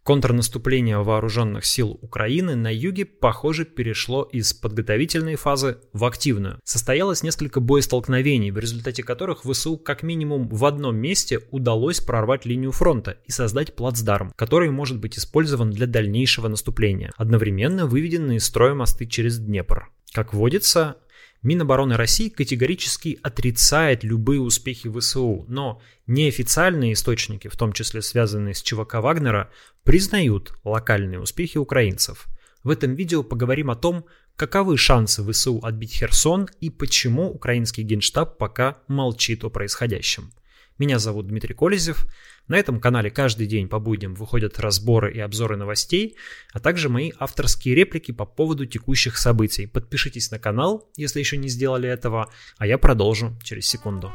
Контрнаступление вооруженных сил Украины на юге, похоже, перешло из подготовительной фазы в активную. Состоялось несколько боестолкновений, в результате которых ВСУ как минимум в одном месте удалось прорвать линию фронта и создать плацдарм, который может быть использован для дальнейшего наступления. Одновременно выведены из строя мосты через Днепр. Как водится, Минобороны России категорически отрицает любые успехи ВСУ, но неофициальные источники, в том числе связанные с ЧВК Вагнера, признают локальные успехи украинцев. В этом видео поговорим о том, каковы шансы ВСУ отбить Херсон и почему украинский генштаб пока молчит о происходящем. Меня зовут Дмитрий Колезев. На этом канале каждый день по будням выходят разборы и обзоры новостей, а также мои авторские реплики по поводу текущих событий. Подпишитесь на канал, если еще не сделали этого, а я продолжу через секунду.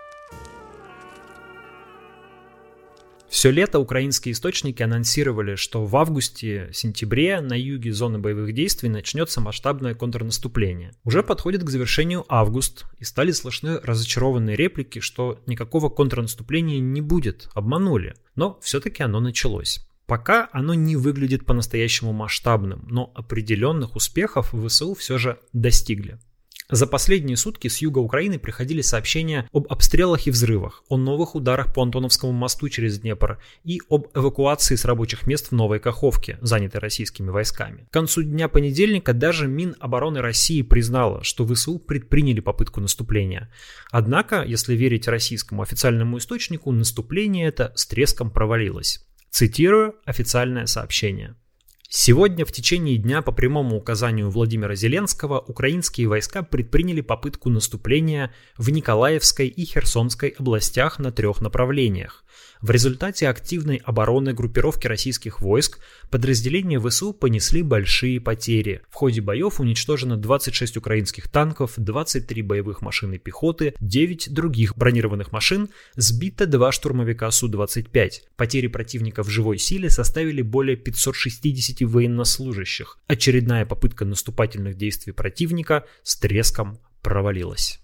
Все лето украинские источники анонсировали, что в августе-сентябре на юге зоны боевых действий начнется масштабное контрнаступление. Уже подходит к завершению август, и стали слышны разочарованные реплики, что никакого контрнаступления не будет, обманули. Но все-таки оно началось. Пока оно не выглядит по-настоящему масштабным, но определенных успехов ВСУ все же достигли. За последние сутки с юга Украины приходили сообщения об обстрелах и взрывах, о новых ударах по Антоновскому мосту через Днепр и об эвакуации с рабочих мест в Новой Каховке, занятой российскими войсками. К концу дня понедельника даже Минобороны России признала, что ВСУ предприняли попытку наступления. Однако, если верить российскому официальному источнику, наступление это с треском провалилось. Цитирую официальное сообщение. Сегодня в течение дня по прямому указанию Владимира Зеленского украинские войска предприняли попытку наступления в Николаевской и Херсонской областях на 3 направлениях. В результате активной обороны группировки российских войск подразделения ВСУ понесли большие потери. В ходе боев уничтожено 26 украинских танков, 23 боевых машины пехоты, 9 других бронированных машин, сбито 2 штурмовика Су-25. Потери противника в живой силе составили более 560 военнослужащих. Очередная попытка наступательных действий противника с треском провалилась.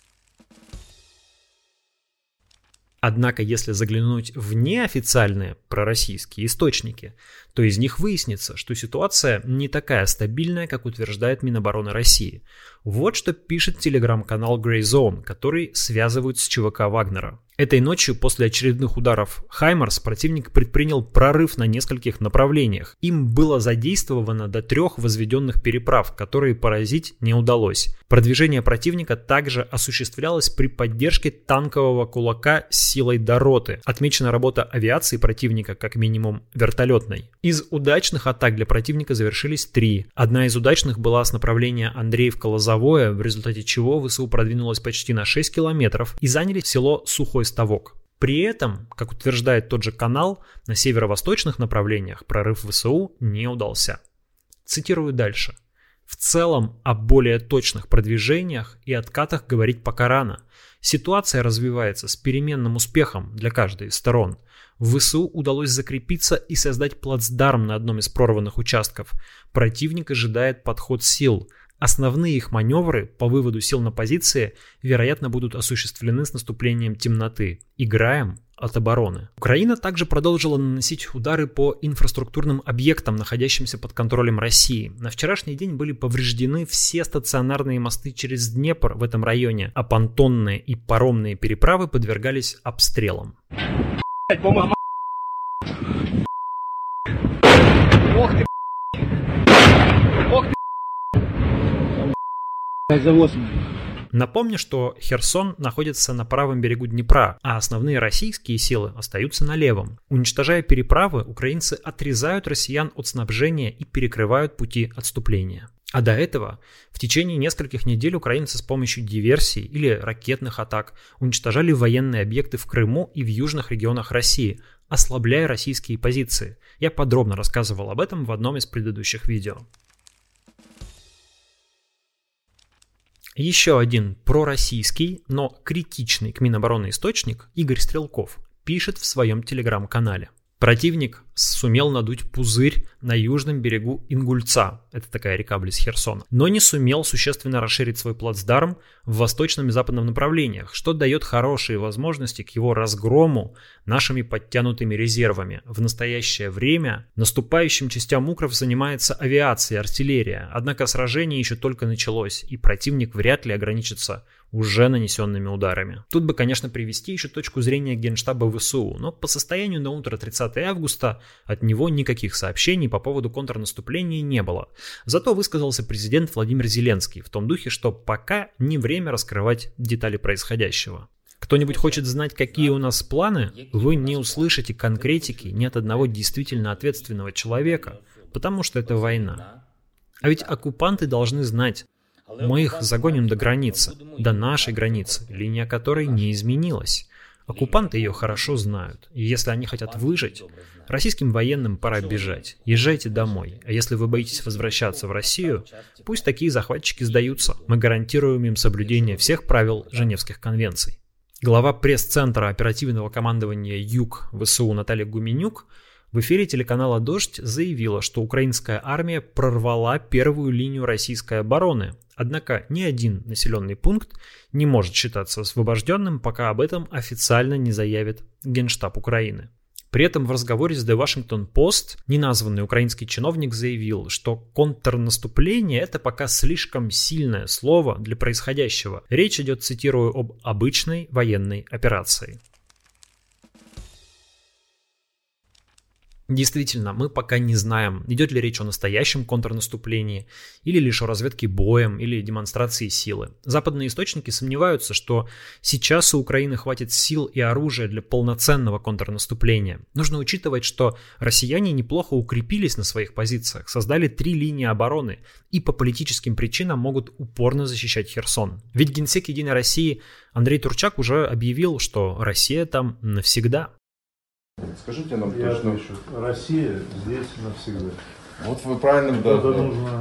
Однако, если заглянуть в неофициальные пророссийские источники, то из них выяснится, что ситуация не такая стабильная, как утверждает Минобороны России. Вот что пишет телеграм-канал Grey Zone, который связывают с ЧВК Вагнера. Этой ночью после очередных ударов «Хаймарс» противник предпринял прорыв на нескольких направлениях. Им было задействовано до 3 возведенных переправ, которые поразить не удалось. Продвижение противника также осуществлялось при поддержке танкового кулака с силой до роты. Отмечена работа авиации противника, как минимум вертолетной. Из удачных атак для противника завершились 3. Одна из удачных была с направления Андреевка-Лозовое, в результате чего ВСУ продвинулась почти на 6 километров и заняли село Сухой Ставок. При этом, как утверждает тот же канал, на северо-восточных направлениях прорыв ВСУ не удался. Цитирую дальше. В целом о более точных продвижениях и откатах говорить пока рано. Ситуация развивается с переменным успехом для каждой из сторон. ВСУ удалось закрепиться и создать плацдарм на одном из прорванных участков. Противник ожидает подход сил. Основные их маневры по выводу сил на позиции, вероятно, будут осуществлены с наступлением темноты. Играем от обороны. Украина также продолжила наносить удары по инфраструктурным объектам, находящимся под контролем России. На вчерашний день были повреждены все стационарные мосты через Днепр в этом районе, а понтонные и паромные переправы подвергались обстрелам. Ох ты, Напомню, что Херсон находится на правом берегу Днепра, а основные российские силы остаются на левом. Уничтожая переправы, украинцы отрезают россиян от снабжения и перекрывают пути отступления. А до этого в течение нескольких недель украинцы с помощью диверсий или ракетных атак уничтожали военные объекты в Крыму и в южных регионах России, ослабляя российские позиции. Я подробно рассказывал об этом в одном из предыдущих видео. Еще один пророссийский, но критичный к Минобороны источник, Игорь Стрелков, пишет в своем телеграм-канале. Противник сумел надуть пузырь на южном берегу Ингульца, это такая река близ Херсона, но не сумел существенно расширить свой плацдарм в восточном и западном направлениях, что дает хорошие возможности к его разгрому нашими подтянутыми резервами. В настоящее время наступающим частям укров занимается авиация и артиллерия, однако сражение еще только началось, и противник вряд ли ограничится уже нанесенными ударами. Тут бы, конечно, привести еще точку зрения Генштаба ВСУ, но по состоянию на утро 30 августа от него никаких сообщений по поводу контрнаступления не было. Зато высказался президент Владимир Зеленский в том духе, что пока не время раскрывать детали происходящего. Кто-нибудь хочет знать, какие у нас планы? Вы не услышите конкретики ни от одного действительно ответственного человека, потому что это война. А ведь оккупанты должны знать, мы их загоним до границы, до нашей границы, линия которой не изменилась. Оккупанты ее хорошо знают, и если они хотят выжить, российским военным пора бежать. Езжайте домой, а если вы боитесь возвращаться в Россию, пусть такие захватчики сдаются. Мы гарантируем им соблюдение всех правил Женевских конвенций. Глава пресс-центра оперативного командования Юг ВСУ Наталья Гуменюк в эфире телеканала «Дождь» заявила, что украинская армия прорвала первую линию российской обороны. Однако ни один населенный пункт не может считаться освобожденным, пока об этом официально не заявит Генштаб Украины. При этом в разговоре с The Washington Post неназванный украинский чиновник заявил, что контрнаступление – это пока слишком сильное слово для происходящего. Речь идет, цитирую, об обычной военной операции. Действительно, мы пока не знаем, идет ли речь о настоящем контрнаступлении, или лишь о разведке боем, или демонстрации силы. Западные источники сомневаются, что сейчас у Украины хватит сил и оружия для полноценного контрнаступления. Нужно учитывать, что россияне неплохо укрепились на своих позициях, создали 3 линии обороны и по политическим причинам могут упорно защищать Херсон. Ведь генсек Единой России Андрей Турчак уже объявил, что Россия там навсегда. Скажите нам Я точно. отвечу. Россия здесь навсегда. Вот вы правильно, да. Это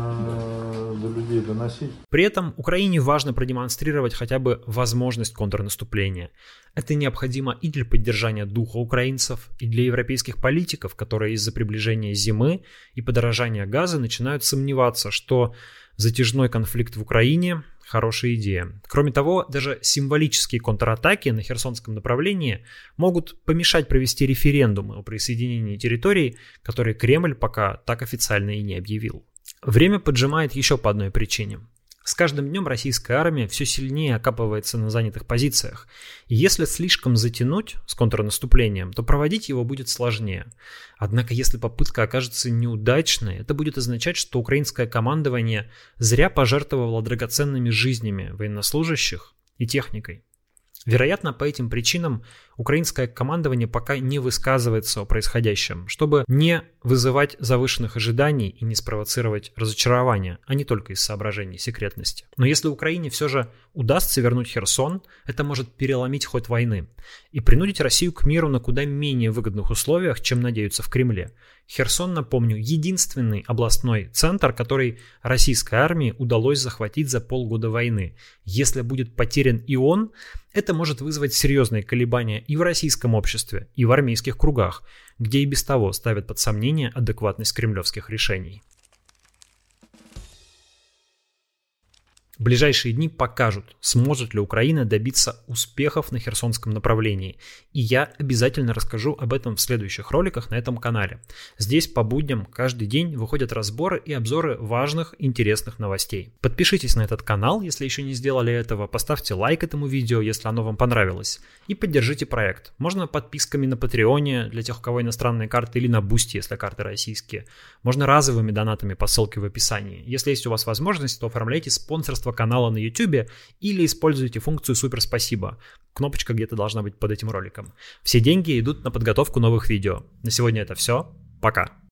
нужно до людей доносить. При этом Украине важно продемонстрировать хотя бы возможность контрнаступления. Это необходимо и для поддержания духа украинцев, и для европейских политиков, которые из-за приближения зимы и подорожания газа начинают сомневаться, что затяжной конфликт в Украине – хорошая идея. Кроме того, даже символические контратаки на Херсонском направлении могут помешать провести референдумы о присоединении территорий, которые Кремль пока так официально и не объявил. Время поджимает еще по одной причине. С каждым днем российская армия все сильнее окапывается на занятых позициях. И если слишком затянуть с контрнаступлением, то проводить его будет сложнее. Однако, если попытка окажется неудачной, это будет означать, что украинское командование зря пожертвовало драгоценными жизнями военнослужащих и техникой. Вероятно, по этим причинам украинское командование пока не высказывается о происходящем, чтобы не вызывать завышенных ожиданий и не спровоцировать разочарование, а не только из соображений секретности. Но если Украине все же удастся вернуть Херсон, это может переломить ход войны и принудить Россию к миру на куда менее выгодных условиях, чем надеются в Кремле. Херсон, напомню, единственный областной центр, который российской армии удалось захватить за полгода войны. Если будет потерян и он, это может вызвать серьезные колебания и в российском обществе, и в армейских кругах, где и без того ставят под сомнение адекватность кремлевских решений. Ближайшие дни покажут, сможет ли Украина добиться успехов на Херсонском направлении. И я обязательно расскажу об этом в следующих роликах на этом канале. Здесь по будням каждый день выходят разборы и обзоры важных, интересных новостей. Подпишитесь на этот канал, если еще не сделали этого, поставьте лайк этому видео, если оно вам понравилось, и поддержите проект. Можно подписками на Патреоне для тех, у кого иностранные карты, или на Бусти, если карты российские. Можно разовыми донатами по ссылке в описании. Если есть у вас возможность, то оформляйте спонсорство канала на YouTube или используйте функцию «Супер спасибо». Кнопочка где-то должна быть под этим роликом. Все деньги идут на подготовку новых видео. На сегодня это все. Пока.